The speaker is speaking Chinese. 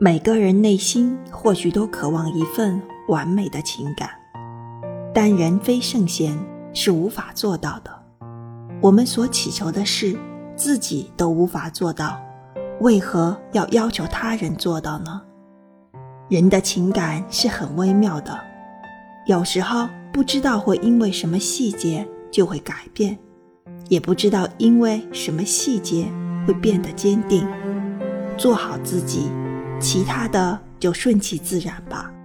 每个人内心或许都渴望一份完美的情感，但人非圣贤，是无法做到的。我们所祈求的事，自己都无法做到，为何要要求他人做到呢？人的情感是很微妙的，有时候不知道会因为什么细节就会改变，也不知道因为什么细节会变得坚定。做好自己，其他的就顺其自然吧。